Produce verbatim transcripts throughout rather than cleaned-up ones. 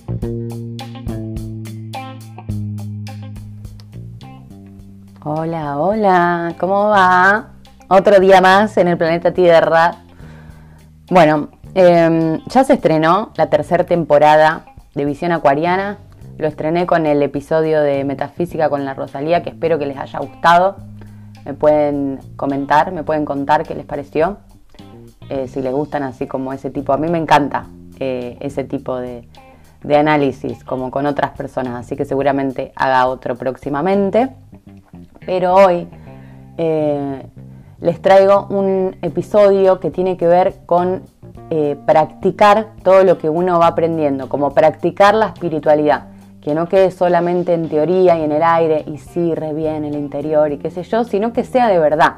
Hola, hola, ¿cómo va? Otro día más en el planeta Tierra. Bueno, eh, ya se estrenó la tercera temporada de Visión Acuariana. Lo estrené con el episodio de Metafísica con la Rosalía, que espero que les haya gustado. Me pueden comentar, me pueden contar qué les pareció. Eh, si les gustan así como ese tipo. A mí me encanta eh, ese tipo de, de análisis, como con otras personas. Así que seguramente haga otro próximamente. Pero hoy eh, les traigo un episodio que tiene que ver con eh, practicar todo lo que uno va aprendiendo, como practicar la espiritualidad, que no quede solamente en teoría y en el aire y sí, re bien en el interior y qué sé yo, sino que sea de verdad.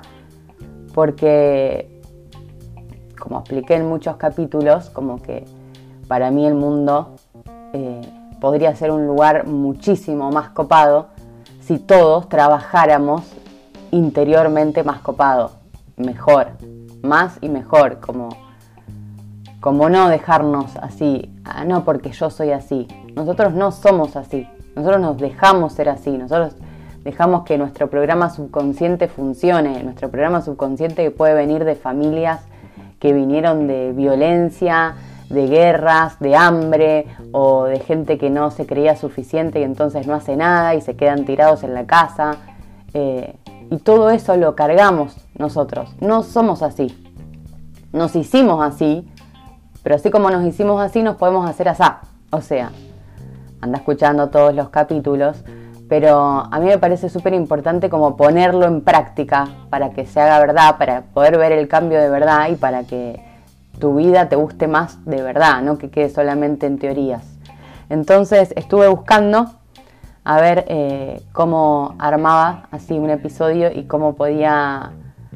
Porque, como expliqué en muchos capítulos, como que para mí el mundo eh, podría ser un lugar muchísimo más copado si todos trabajáramos interiormente más copado, mejor, más y mejor, como, como no dejarnos así, ah, no porque yo soy así, nosotros no somos así, nosotros nos dejamos ser así, nosotros dejamos que nuestro programa subconsciente funcione, nuestro programa subconsciente que puede venir de familias que vinieron de violencia, de guerras, de hambre o de gente que no se creía suficiente y entonces no hace nada y se quedan tirados en la casa. Eh, y todo eso lo cargamos nosotros. No somos así. Nos hicimos así, pero así como nos hicimos así, nos podemos hacer asá. O sea, anda escuchando todos los capítulos, pero a mí me parece súper importante como ponerlo en práctica para que se haga verdad, para poder ver el cambio de verdad y para que tu vida te guste más de verdad, no que quede solamente en teorías. Entonces estuve buscando a ver eh, cómo armaba así un episodio y cómo podía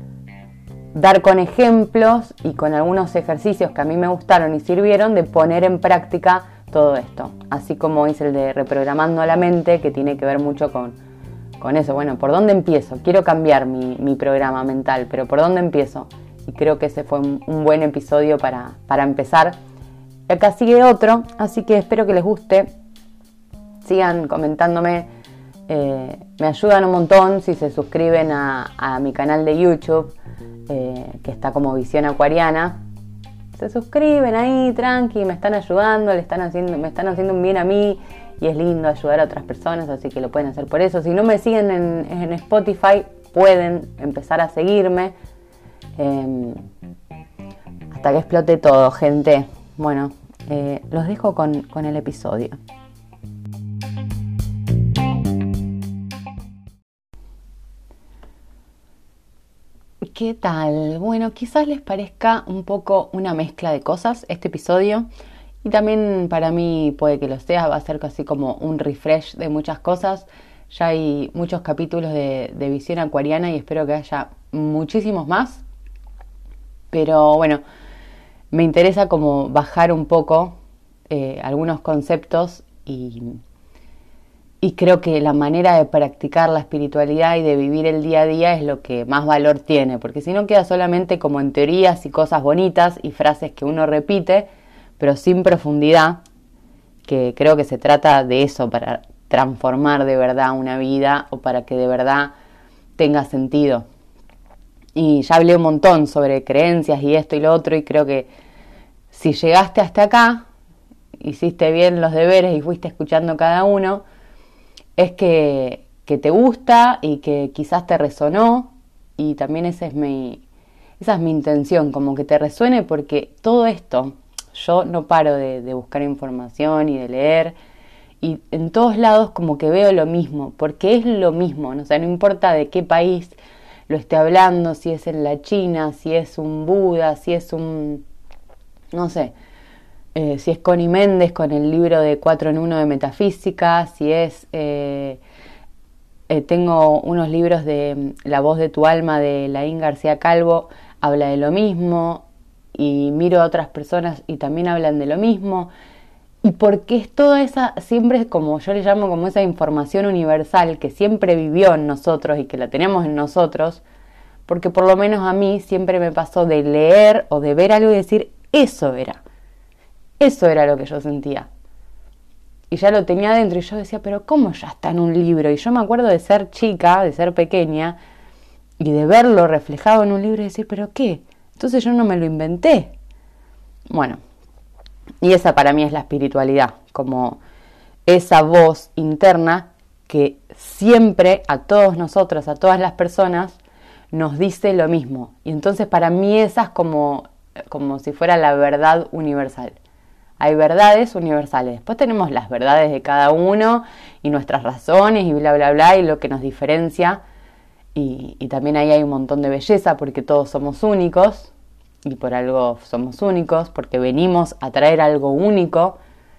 dar con ejemplos y con algunos ejercicios que a mí me gustaron y sirvieron de poner en práctica todo esto. Así como hice el de reprogramando la mente, que tiene que ver mucho con, con eso. Bueno, ¿por dónde empiezo? Quiero cambiar mi, mi programa mental, pero ¿por dónde empiezo? Y creo que ese fue un, un buen episodio para, para empezar. Acá sigue otro, así que espero que les guste. Sigan comentándome. Eh, me ayudan un montón si se suscriben a, a mi canal de YouTube, eh, que está como Visión Acuariana. Se suscriben ahí, tranqui, me están ayudando, le están haciendo, me están haciendo un bien a mí. Y es lindo ayudar a otras personas, así que lo pueden hacer por eso. Si no me siguen en, en Spotify, pueden empezar a seguirme. Eh, hasta que explote todo, gente. Bueno, eh, los dejo con, con el episodio. ¿Qué tal? Bueno, quizás les parezca un poco una mezcla de cosas este episodio y también para mí puede que lo sea, va a ser casi como un refresh de muchas cosas. Ya hay muchos capítulos de, de Visión Acuariana y espero que haya muchísimos más. Pero bueno, me interesa como bajar un poco eh, algunos conceptos y, y creo que la manera de practicar la espiritualidad y de vivir el día a día es lo que más valor tiene, porque si no queda solamente como en teorías y cosas bonitas y frases que uno repite, pero sin profundidad, que creo que se trata de eso para transformar de verdad una vida o para que de verdad tenga sentido. Y ya hablé un montón sobre creencias y esto y lo otro y creo que si llegaste hasta acá, hiciste bien los deberes y fuiste escuchando cada uno, es que, que te gusta y que quizás te resonó y también esa es mi, esa es mi intención, como que te resuene porque todo esto, yo no paro de, de buscar información y de leer y en todos lados como que veo lo mismo, porque es lo mismo, ¿no? O sea, no importa de qué país lo esté hablando, si es en la China, si es un Buda, si es un, no sé, eh, si es Connie Méndez con el libro de cuatro en uno de Metafísica, si es, eh, eh, tengo unos libros de La voz de tu alma de Laín García Calvo, habla de lo mismo, y miro a otras personas y también hablan de lo mismo, y porque es toda esa, siempre como yo le llamo como esa información universal que siempre vivió en nosotros y que la tenemos en nosotros, porque por lo menos a mí siempre me pasó de leer o de ver algo y decir, eso era, eso era lo que yo sentía. y ya lo tenía dentro y yo decía, pero ¿cómo ya está en un libro? Y yo me acuerdo de ser chica, de ser pequeña y de verlo reflejado en un libro y decir, ¿pero qué? Entonces yo no me lo inventé. Bueno, y esa para mí es la espiritualidad, como esa voz interna que siempre a todos nosotros, a todas las personas, nos dice lo mismo. Y entonces para mí esa es como, como si fuera la verdad universal. Hay verdades universales. Después tenemos las verdades de cada uno y nuestras razones y bla, bla, bla, y lo que nos diferencia. Y, y también ahí hay un montón de belleza porque todos somos únicos. Y por algo somos únicos, porque venimos a traer algo único.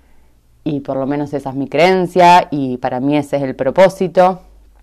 Y por lo menos esa es mi creencia y para mí ese es el propósito.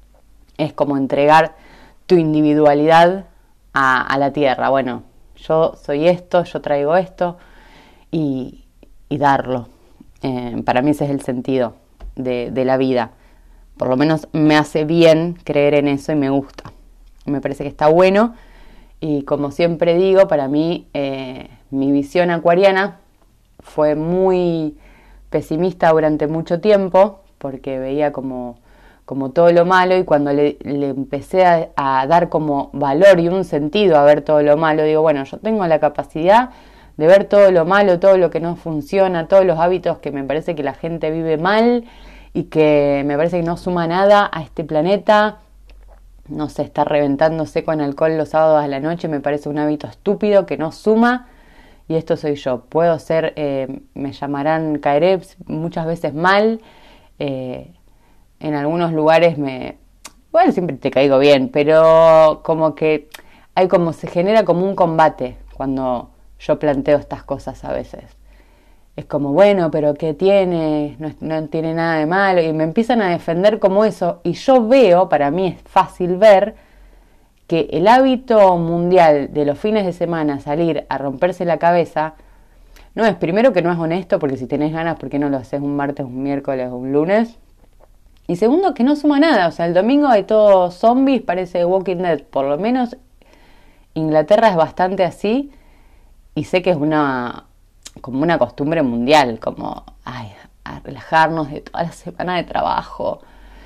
Es como entregar tu individualidad a, a la tierra. Bueno, yo soy esto, yo traigo esto y... y darlo. Eh, para mí ese es el sentido de, de la vida. Por lo menos me hace bien creer en eso y me gusta. Me parece que está bueno y como siempre digo, para mí eh, mi visión acuariana fue muy pesimista durante mucho tiempo porque veía como, como todo lo malo y cuando le, le empecé a, a dar como valor y un sentido a ver todo lo malo, digo, bueno, yo tengo la capacidad de ver todo lo malo, todo lo que no funciona, todos los hábitos que me parece que la gente vive mal y que me parece que no suma nada a este planeta. No sé, estar reventándose con alcohol los sábados a la noche me parece un hábito estúpido que no suma y esto soy yo. Puedo ser, eh, me llamarán, caeré muchas veces mal, eh, en algunos lugares me... Bueno, siempre te caigo bien, pero como que hay como se genera como un combate cuando... yo planteo estas cosas a veces. Es como, bueno, pero ¿qué tiene? No, no tiene nada de malo. Y me empiezan a defender como eso. Y yo veo, para mí es fácil ver, que el hábito mundial de los fines de semana salir a romperse la cabeza, no es, primero que no es honesto, porque si tenés ganas, ¿por qué no lo haces un martes, un miércoles o un lunes? Y segundo, que no suma nada. O sea, el domingo hay todos zombies, parece Walking Dead. Por lo menos Inglaterra es bastante así. Y sé que es una como una costumbre mundial, como ay, a relajarnos de toda la semana de trabajo.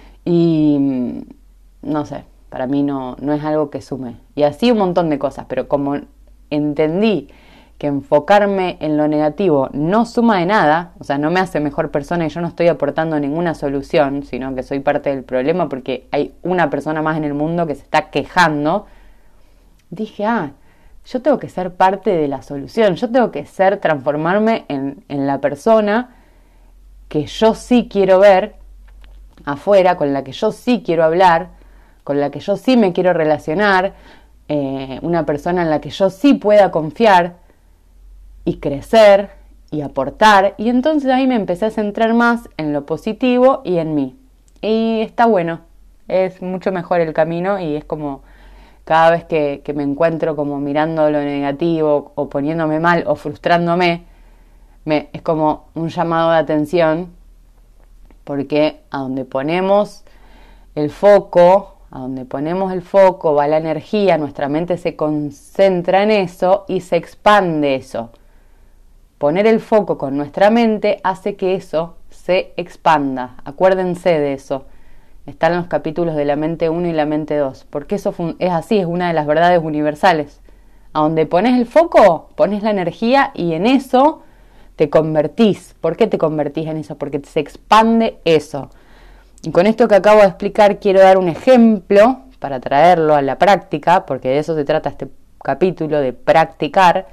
Y no sé, para mí no, no es algo que sume. Y así un montón de cosas, pero como entendí que enfocarme en lo negativo no suma de nada, o sea, no me hace mejor persona y yo no estoy aportando ninguna solución, sino que soy parte del problema porque hay una persona más en el mundo que se está quejando, dije, ah, yo tengo que ser parte de la solución, yo tengo que ser, transformarme en, en la persona que yo sí quiero ver afuera, con la que yo sí quiero hablar, con la que yo sí me quiero relacionar, eh, una persona en la que yo sí pueda confiar y crecer y aportar. Y entonces ahí me empecé a centrar más en lo positivo y en mí. Y está bueno, es mucho mejor el camino y es como... Cada vez que, que me encuentro como mirando lo negativo o poniéndome mal o frustrándome, me, es como un llamado de atención porque a donde ponemos el foco, a donde ponemos el foco va la energía, nuestra mente se concentra en eso y se expande eso. Poner el foco con nuestra mente hace que eso se expanda. Acuérdense de eso. Están los capítulos de la mente uno y la mente dos, porque eso es así, es una de las verdades universales. A donde pones el foco, pones la energía y en eso te convertís. ¿Por qué te convertís en eso? Porque se expande eso. Y con esto que acabo de explicar quiero dar un ejemplo para traerlo a la práctica, porque de eso se trata este capítulo, de practicar.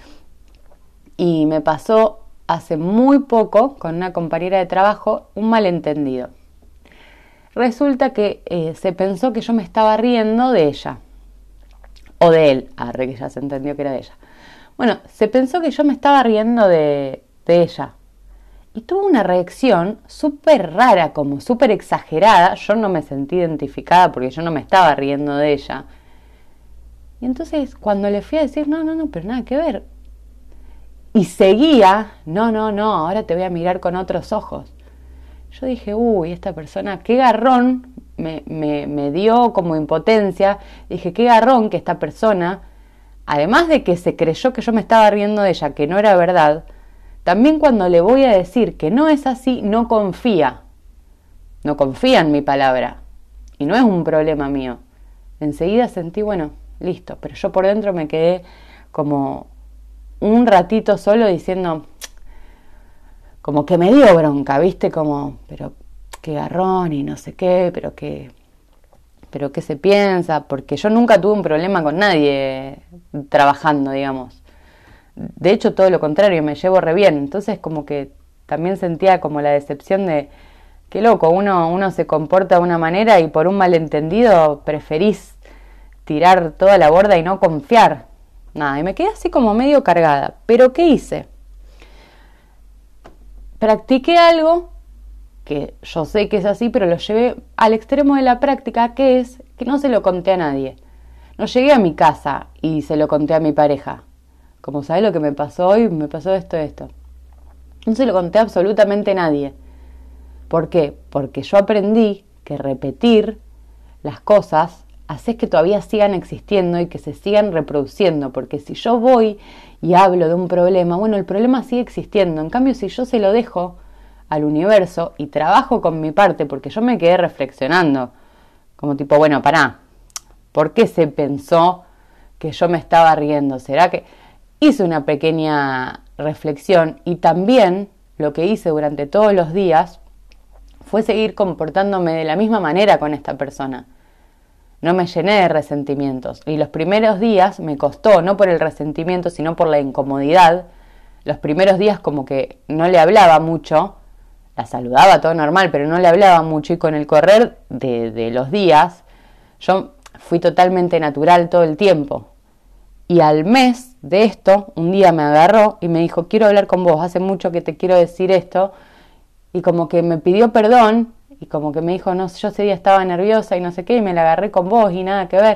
Y me pasó hace muy poco con una compañera de trabajo un malentendido. Resulta que eh, se pensó que yo me estaba riendo de ella. O de él. Arre, que ya se entendió que era de ella. Bueno, se pensó que yo me estaba riendo de, de ella. Y tuvo una reacción súper rara, como súper exagerada. Yo no me sentí identificada porque yo no me estaba riendo de ella. Y entonces cuando le fui a decir, no, no, no, pero nada que ver. Y seguía, no, no, no, ahora te voy a mirar con otros ojos. Yo dije, uy, esta persona, qué garrón, me, me, me dio como impotencia. Dije, qué garrón que esta persona, además de que se creyó que yo me estaba riendo de ella, que no era verdad, también cuando le voy a decir que no es así, no confía. No confía en mi palabra. Y no es un problema mío. Enseguida sentí, bueno, listo. Pero yo por dentro me quedé como un ratito solo diciendo, como que me dio bronca, ¿viste? Como, pero qué garrón y no sé qué, pero qué, pero qué se piensa. Porque yo nunca tuve un problema con nadie trabajando, digamos. De hecho, todo lo contrario, me llevo re bien. Entonces, como que también sentía como la decepción de, qué loco, uno, uno se comporta de una manera y por un malentendido preferís tirar toda la borda y no confiar. Nada, y me quedé así como medio cargada. ¿Pero qué hice? Practiqué algo que yo sé que es así, pero lo llevé al extremo de la práctica, que es que no se lo conté a nadie. No llegué a mi casa y se lo conté a mi pareja. Como, ¿sabes lo que me pasó hoy? Me pasó esto, esto. No se lo conté a absolutamente nadie. ¿Por qué? Porque yo aprendí que repetir las cosas hace que todavía sigan existiendo y que se sigan reproduciendo. Porque si yo voy y hablo de un problema, bueno, el problema sigue existiendo. En cambio, si yo se lo dejo al universo y trabajo con mi parte, porque yo me quedé reflexionando, como tipo, bueno, pará, ¿por qué se pensó que yo me estaba riendo? ¿Será que...? Hice una pequeña reflexión y también lo que hice durante todos los días fue seguir comportándome de la misma manera con esta persona. No me llené de resentimientos y los primeros días me costó, no por el resentimiento, sino por la incomodidad. Los primeros días como que no le hablaba mucho, la saludaba todo normal, pero no le hablaba mucho y con el correr de, de los días yo fui totalmente natural todo el tiempo. Y al mes de esto, un día me agarró y me dijo, quiero hablar con vos, hace mucho que te quiero decir esto. Y como que me pidió perdón y como que me dijo, no, yo ese día estaba nerviosa y no sé qué, y me la agarré con vos y nada que ver.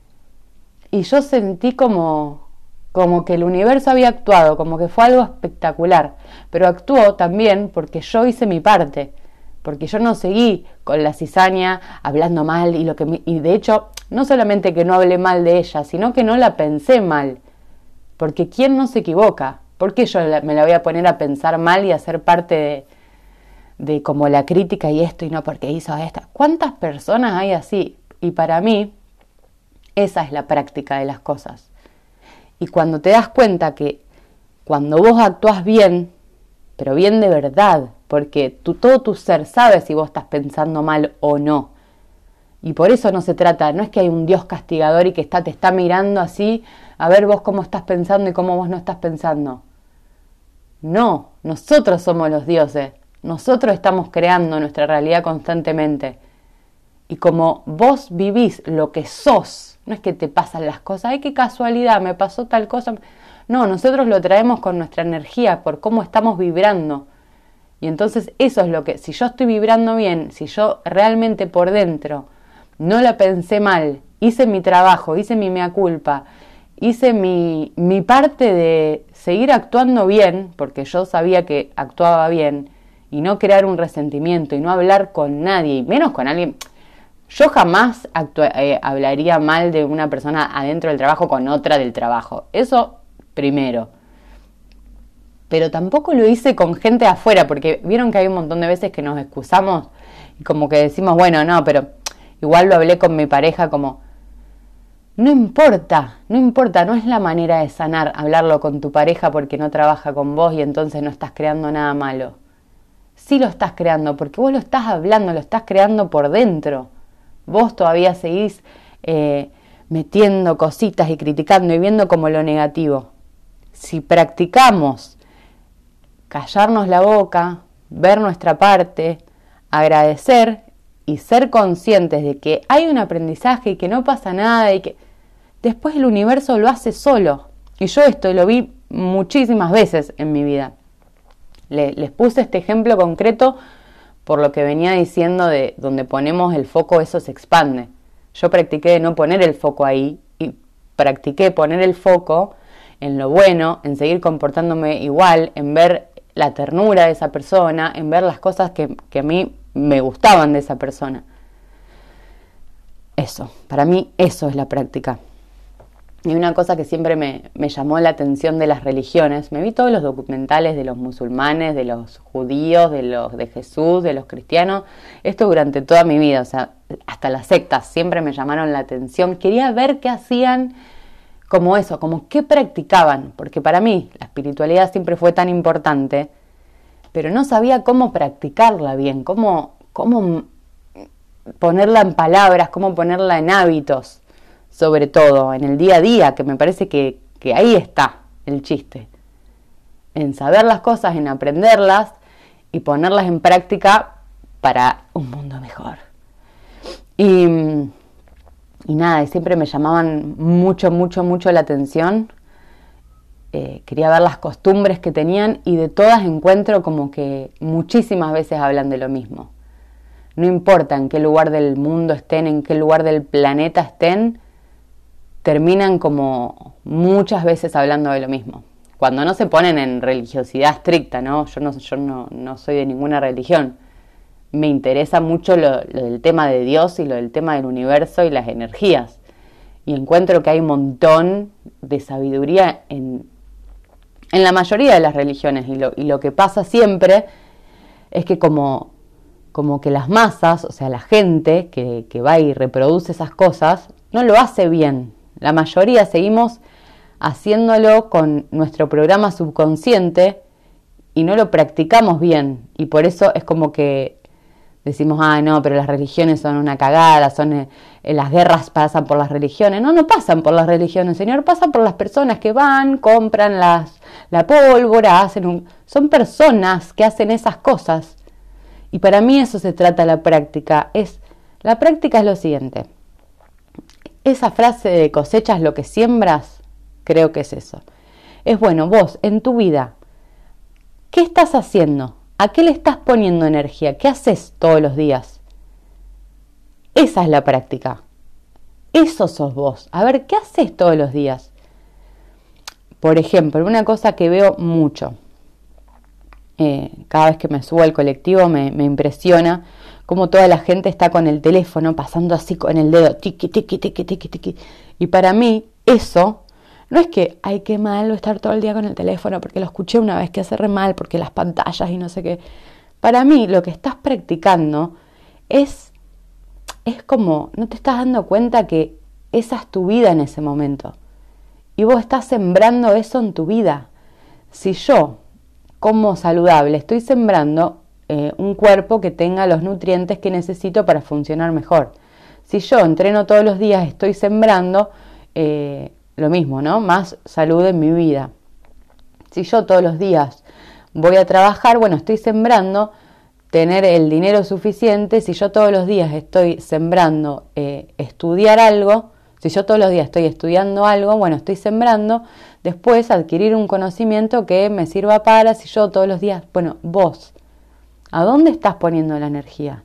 Y yo sentí como, como que el universo había actuado, como que fue algo espectacular. Pero actuó también porque yo hice mi parte. Porque yo no seguí con la cizaña hablando mal y lo que me, y de hecho no solamente que no hablé mal de ella, sino que no la pensé mal. Porque ¿quién no se equivoca? ¿Por qué yo me la voy a poner a pensar mal y a ser parte de, de como la crítica y esto y no porque hizo esta? ¿Cuántas personas hay así? Y para mí esa es la práctica de las cosas. Y cuando te das cuenta que cuando vos actuás bien, pero bien de verdad, porque tú, todo tu ser sabe si vos estás pensando mal o no. Y por eso no se trata, no es que hay un Dios castigador y que está, te está mirando así, a ver vos cómo estás pensando y cómo vos no estás pensando. No, nosotros somos los dioses, nosotros estamos creando nuestra realidad constantemente. Y como vos vivís lo que sos, no es que te pasan las cosas, ay, qué casualidad, me pasó tal cosa. No, nosotros lo traemos con nuestra energía, por cómo estamos vibrando. Y entonces eso es lo que, si yo estoy vibrando bien, si yo realmente por dentro no la pensé mal, hice mi trabajo, hice mi mea culpa, hice mi, mi parte de seguir actuando bien, porque yo sabía que actuaba bien, y no crear un resentimiento, y no hablar con nadie, y menos con alguien. Yo jamás actua- eh, hablaría mal de una persona adentro del trabajo con otra del trabajo. Eso primero. Pero tampoco lo hice con gente afuera, porque vieron que hay un montón de veces que nos excusamos y como que decimos, bueno, no, pero igual lo hablé con mi pareja como, no importa, no importa, no es la manera de sanar hablarlo con tu pareja porque no trabaja con vos y entonces no estás creando nada malo. Sí lo estás creando, porque vos lo estás hablando, lo estás creando por dentro. Vos todavía seguís eh, metiendo cositas y criticando y viendo como lo negativo. Si practicamos callarnos la boca, ver nuestra parte, agradecer y ser conscientes de que hay un aprendizaje y que no pasa nada y que después el universo lo hace solo. Y yo esto lo vi muchísimas veces en mi vida. Le, les puse este ejemplo concreto por lo que venía diciendo de donde ponemos el foco, eso se expande. Yo practiqué de no poner el foco ahí y practiqué poner el foco en lo bueno, en seguir comportándome igual, en ver la ternura de esa persona, en ver las cosas que, que a mí me gustaban de esa persona. Eso, para mí eso es la práctica. Y una cosa que siempre me, me llamó la atención de las religiones, me vi todos los documentales de los musulmanes, de los judíos, de los de Jesús, de los cristianos, esto durante toda mi vida, o sea, hasta las sectas siempre me llamaron la atención, quería ver qué hacían, como eso, como qué practicaban, porque para mí la espiritualidad siempre fue tan importante, pero no sabía cómo practicarla bien, cómo, cómo ponerla en palabras, cómo ponerla en hábitos. Sobre todo en el día a día, que me parece que, que ahí está el chiste, en saber las cosas, en aprenderlas y ponerlas en práctica para un mundo mejor. Y, y nada, y siempre me llamaban mucho, mucho, mucho la atención. Eh, quería ver las costumbres que tenían y de todas encuentro como que muchísimas veces hablan de lo mismo. No importa en qué lugar del mundo estén, en qué lugar del planeta estén, terminan como muchas veces hablando de lo mismo. Cuando no se ponen en religiosidad estricta, ¿no? Yo no, yo no, no soy de ninguna religión. Me interesa mucho lo, lo del tema de Dios y lo del tema del universo y las energías. Y encuentro que hay un montón de sabiduría en, en la mayoría de las religiones. Y lo, y lo que pasa siempre es que como, como que las masas, o sea, la gente que, que va y reproduce esas cosas, no lo hace bien. La mayoría seguimos haciéndolo con nuestro programa subconsciente y no lo practicamos bien. Y por eso es como que decimos, ah, no, pero las religiones son una cagada, son eh, las guerras pasan por las religiones. No, no pasan por las religiones, señor, pasan por las personas que van, compran las, la pólvora, hacen un... son personas que hacen esas cosas. Y para mí eso se trata la práctica. Es, la práctica es lo siguiente. Esa frase de cosechas lo que siembras, creo que es eso. Es bueno, vos en tu vida, ¿qué estás haciendo? ¿A qué le estás poniendo energía? ¿Qué haces todos los días? Esa es la práctica. Eso sos vos. A ver, ¿qué haces todos los días? Por ejemplo, una cosa que veo mucho, eh, cada vez que me subo al colectivo me, me impresiona como toda la gente está con el teléfono pasando así con el dedo, tiqui, tiqui, tiqui, tiqui, tiqui. Y para mí eso no es que, ay, qué malo estar todo el día con el teléfono, porque lo escuché una vez que hace re mal, porque las pantallas y no sé qué. Para mí lo que estás practicando es, es como, no te estás dando cuenta que esa es tu vida en ese momento. Y vos estás sembrando eso en tu vida. Si yo, como saludable, estoy sembrando Eh, un cuerpo que tenga los nutrientes que necesito para funcionar mejor. Si yo entreno todos los días, estoy sembrando eh, lo mismo, ¿no? Más salud en mi vida. Si yo todos los días voy a trabajar, bueno, estoy sembrando tener el dinero suficiente. Si yo todos los días estoy sembrando eh, estudiar algo, si yo todos los días estoy estudiando algo, bueno, estoy sembrando después adquirir un conocimiento que me sirva para, si yo todos los días, bueno, vos, ¿a dónde estás poniendo la energía?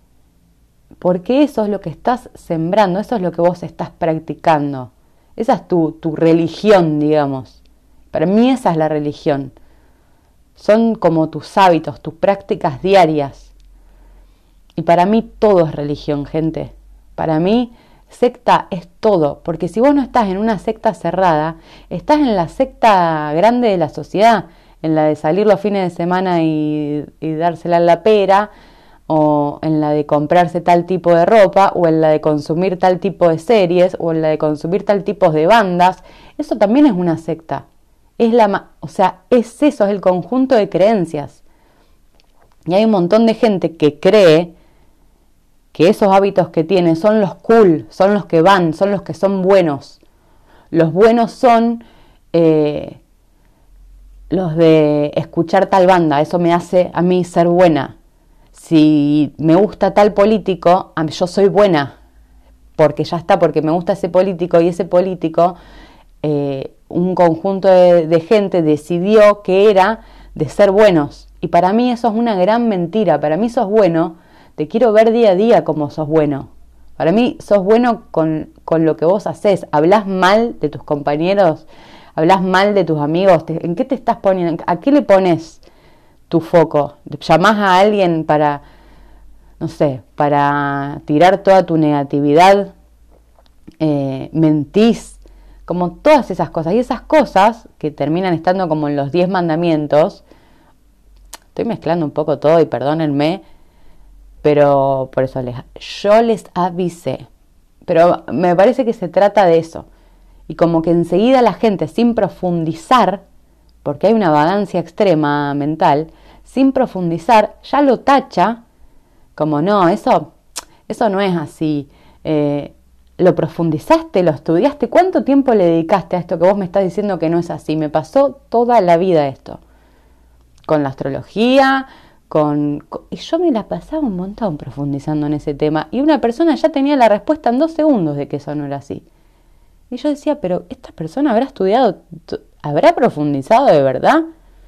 Porque eso es lo que estás sembrando, eso es lo que vos estás practicando. Esa es tu, tu religión, digamos. Para mí esa es la religión. Son como tus hábitos, tus prácticas diarias. Y para mí todo es religión, gente. Para mí secta es todo. Porque si vos no estás en una secta cerrada, estás en la secta grande de la sociedad. En la de salir los fines de semana y, y dársela en la pera, o en la de comprarse tal tipo de ropa, o en la de consumir tal tipo de series, o en la de consumir tal tipo de bandas. Eso también es una secta. Es la, o sea, es eso, es el conjunto de creencias. Y hay un montón de gente que cree que esos hábitos que tiene son los cool, son los que van, son los que son buenos. Los buenos son eh, los de escuchar tal banda, eso me hace a mí ser buena. Si me gusta tal político, yo soy buena, porque ya está, porque me gusta ese político y ese político, eh, un conjunto de, de gente decidió que era de ser buenos. Y para mí eso es una gran mentira. Para mí sos bueno, te quiero ver día a día como sos bueno. Para mí sos bueno con, con lo que vos hacés. Hablás mal de tus compañeros, hablás mal de tus amigos. ¿En qué te estás poniendo? ¿A qué le pones tu foco? ¿Llamás a alguien para, no sé, para tirar toda tu negatividad? Eh, ¿Mentís como todas esas cosas. Y esas cosas que terminan estando como en los diez mandamientos, estoy mezclando un poco todo y perdónenme, pero por eso les, yo les avisé. Pero me parece que se trata de eso. Y como que enseguida la gente, sin profundizar, porque hay una vagancia extrema mental, sin profundizar, ya lo tacha como no, eso, eso no es así. Eh, ¿Lo profundizaste? ¿Lo estudiaste? ¿Cuánto tiempo le dedicaste a esto que vos me estás diciendo que no es así? Me pasó toda la vida esto. Con la astrología, con, con... Y yo me la pasaba un montón profundizando en ese tema. Y una persona ya tenía la respuesta en dos segundos de que eso no era así. Y yo decía, pero ¿esta persona habrá estudiado, habrá profundizado de verdad?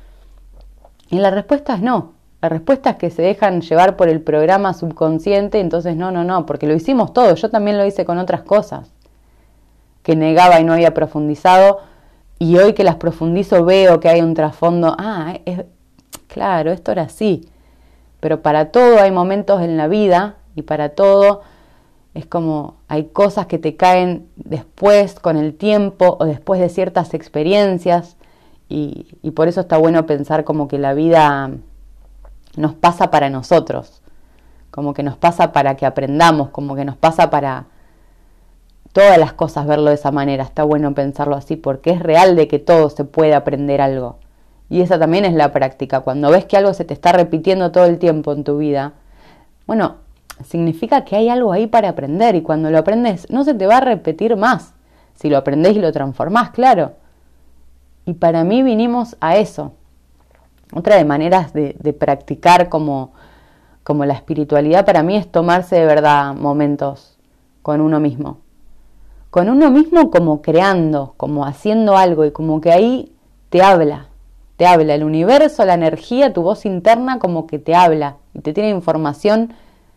Y la respuesta es no. La respuesta es que se dejan llevar por el programa subconsciente, entonces no, no, no, porque lo hicimos todo. Yo también lo hice con otras cosas que negaba y no había profundizado. Y hoy que las profundizo veo que hay un trasfondo. Ah, es, claro, esto era así. Pero para todo hay momentos en la vida y para todo es como hay cosas que te caen después, con el tiempo o después de ciertas experiencias. Y, y por eso está bueno pensar como que la vida nos pasa para nosotros, como que nos pasa para que aprendamos, como que nos pasa para todas las cosas verlo de esa manera. Está bueno pensarlo así porque es real de que todo se puede aprender algo. Y esa también es la práctica. Cuando ves que algo se te está repitiendo todo el tiempo en tu vida, bueno, significa que hay algo ahí para aprender y cuando lo aprendes no se te va a repetir más. Si lo aprendés y lo transformás, claro. Y para mí vinimos a eso. Otra de maneras de, de practicar como, como la espiritualidad para mí es tomarse de verdad momentos con uno mismo. Con uno mismo como creando, como haciendo algo y como que ahí te habla. Te habla el universo, la energía, tu voz interna como que te habla y te tiene información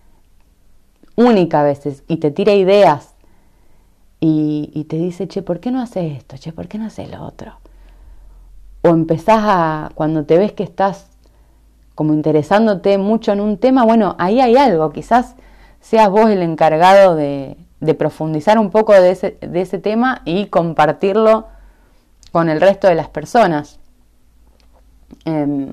única a veces y te tira ideas y, y te dice, che, ¿por qué no haces esto? Che, ¿por qué no haces lo otro? O empezás a, cuando te ves que estás como interesándote mucho en un tema, bueno, ahí hay algo, quizás seas vos el encargado de, de profundizar un poco de ese, de ese tema y compartirlo con el resto de las personas. Eh,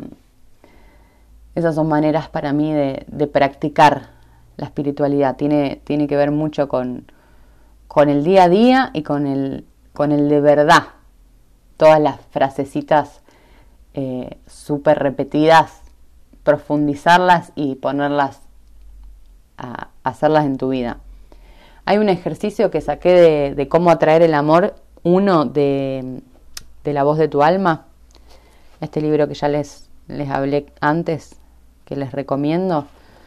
esas son maneras para mí de, de practicar la espiritualidad. Tiene, tiene que ver mucho con, con el día a día y con el, con el de verdad. Todas las frasecitas eh, súper repetidas, profundizarlas y ponerlas a, a hacerlas en tu vida. Hay un ejercicio que saqué de, de cómo atraer el amor, uno de, de La voz de tu alma, este libro que ya les, les hablé antes, que les recomiendo.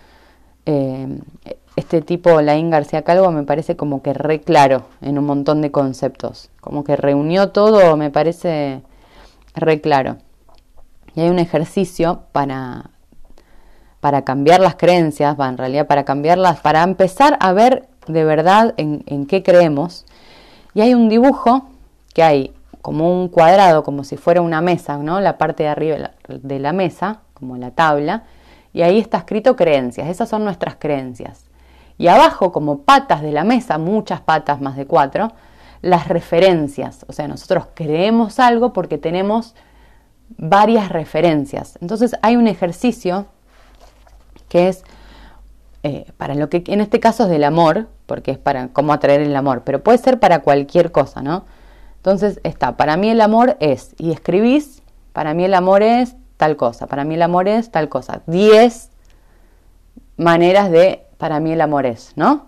Eh, este tipo, Laín García Calvo, me parece como que re claro en un montón de conceptos, como que reunió todo, me parece re claro. Y hay un ejercicio para, para cambiar las creencias, en realidad para cambiarlas, para empezar a ver de verdad en, en qué creemos. Y hay un dibujo que hay como un cuadrado, como si fuera una mesa, ¿no? La parte de arriba de la, de la mesa, como la tabla, y ahí está escrito creencias, esas son nuestras creencias. Y abajo, como patas de la mesa, muchas patas, más de cuatro, las referencias. O sea, nosotros creemos algo porque tenemos varias referencias. Entonces hay un ejercicio que es, eh, para lo que en este caso es del amor, porque es para cómo atraer el amor, pero puede ser para cualquier cosa, ¿no? Entonces está, para mí el amor es, y escribís, para mí el amor es tal cosa, para mí el amor es tal cosa. Diez maneras de, para mí el amor es, ¿no?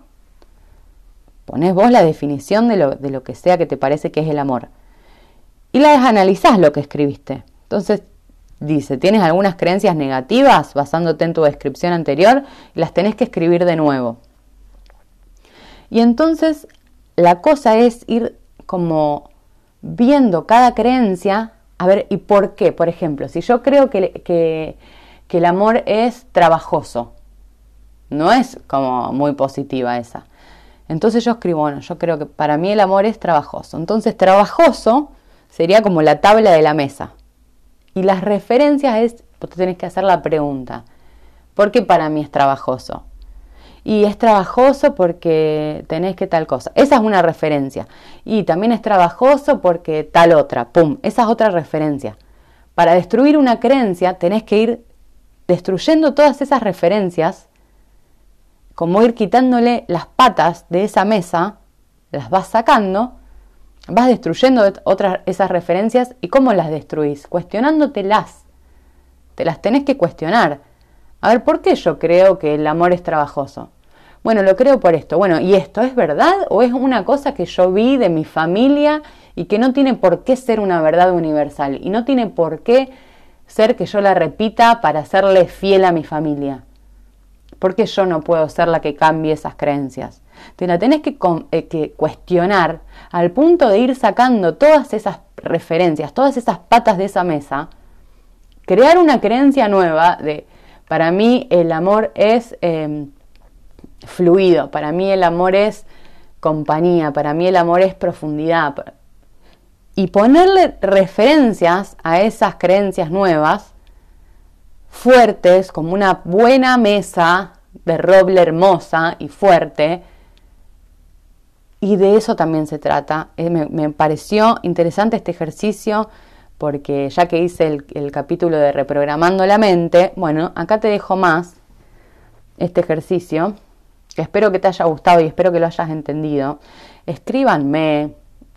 Ponés vos la definición de lo, de lo que sea que te parece que es el amor. Y la desanalizás lo que escribiste. Entonces dice, tienes algunas creencias negativas basándote en tu descripción anterior y las tenés que escribir de nuevo. Y entonces la cosa es ir como viendo cada creencia, a ver, ¿y por qué? Por ejemplo, si yo creo que, que, que el amor es trabajoso, no es como muy positiva esa. Entonces yo escribo, bueno, yo creo que para mí el amor es trabajoso. Entonces trabajoso sería como la tabla de la mesa. Y las referencias es, vos te tenés que hacer la pregunta, ¿por qué para mí es trabajoso? Y es trabajoso porque tenés que tal cosa. Esa es una referencia. Y también es trabajoso porque tal otra. ¡Pum! Esa es otra referencia. Para destruir una creencia tenés que ir destruyendo todas esas referencias, como ir quitándole las patas de esa mesa, las vas sacando, vas destruyendo otras esas referencias. ¿Y cómo las destruís? Cuestionándotelas. Te las tenés que cuestionar. A ver, ¿por qué yo creo que el amor es trabajoso? Bueno, lo creo por esto. Bueno, ¿y esto es verdad o es una cosa que yo vi de mi familia y que no tiene por qué ser una verdad universal? Y no tiene por qué ser que yo la repita para serle fiel a mi familia. ¿Por qué yo no puedo ser la que cambie esas creencias? Te la tenés que, eh, que cuestionar al punto de ir sacando todas esas referencias, todas esas patas de esa mesa, crear una creencia nueva de, para mí el amor es eh, fluido, para mí el amor es compañía, para mí el amor es profundidad. Y ponerle referencias a esas creencias nuevas, fuertes, como una buena mesa de roble hermosa y fuerte. Y de eso también se trata. Eh, me, me pareció interesante este ejercicio porque ya que hice el, el capítulo de Reprogramando la Mente, bueno, acá te dejo más este ejercicio, que espero que te haya gustado y espero que lo hayas entendido. Escríbanme,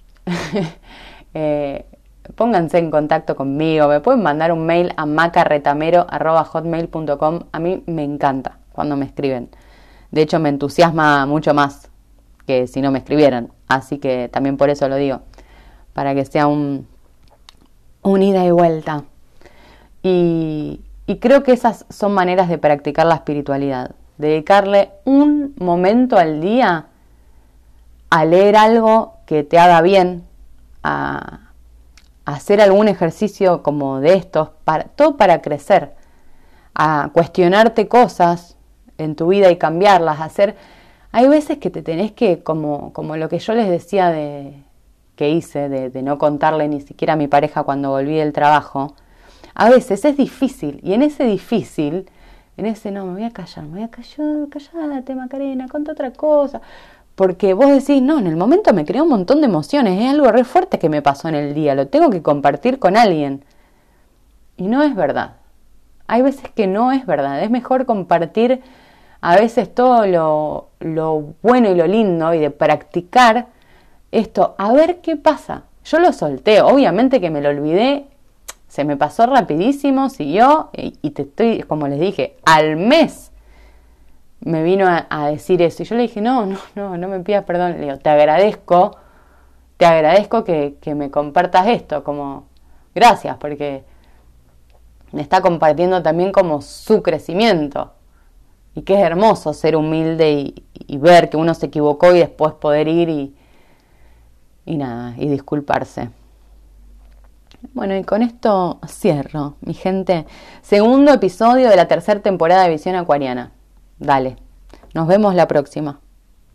eh, pónganse en contacto conmigo, me pueden mandar un mail a macarretamero arroba hotmail punto com. A mí me encanta cuando me escriben. De hecho, me entusiasma mucho más que si no me escribieran. Así que también por eso lo digo, para que sea un, un ida y vuelta. Y, y creo que esas son maneras de practicar la espiritualidad. Dedicarle un momento al día a leer algo que te haga bien, a hacer algún ejercicio como de estos, para, todo para crecer, a cuestionarte cosas en tu vida y cambiarlas, a hacer, hay veces que te tenés que, como, como lo que yo les decía de, que hice, de, de no contarle ni siquiera a mi pareja cuando volví del trabajo, a veces es difícil, y en ese difícil, en ese no, me voy a callar, me voy a callar, callate Macarena, conta otra cosa. Porque vos decís, no, en el momento me creó un montón de emociones, es algo re fuerte que me pasó en el día, lo tengo que compartir con alguien. Y no es verdad. Hay veces que no es verdad, es mejor compartir a veces todo lo, lo bueno y lo lindo y de practicar esto, a ver qué pasa. Yo lo solté, obviamente que me lo olvidé, se me pasó rapidísimo, siguió y, y te estoy, como les dije, al mes me vino a, a decir eso. Y yo le dije, no, no, no, no me pidas perdón. Le digo, te agradezco, te agradezco que, que me compartas esto, como, gracias, porque me está compartiendo también como su crecimiento. Y que es hermoso ser humilde y, y ver que uno se equivocó y después poder ir y, y nada, y disculparse. Bueno, y con esto cierro, mi gente. Segundo episodio de la tercera temporada de Visión Acuariana. Dale, nos vemos la próxima.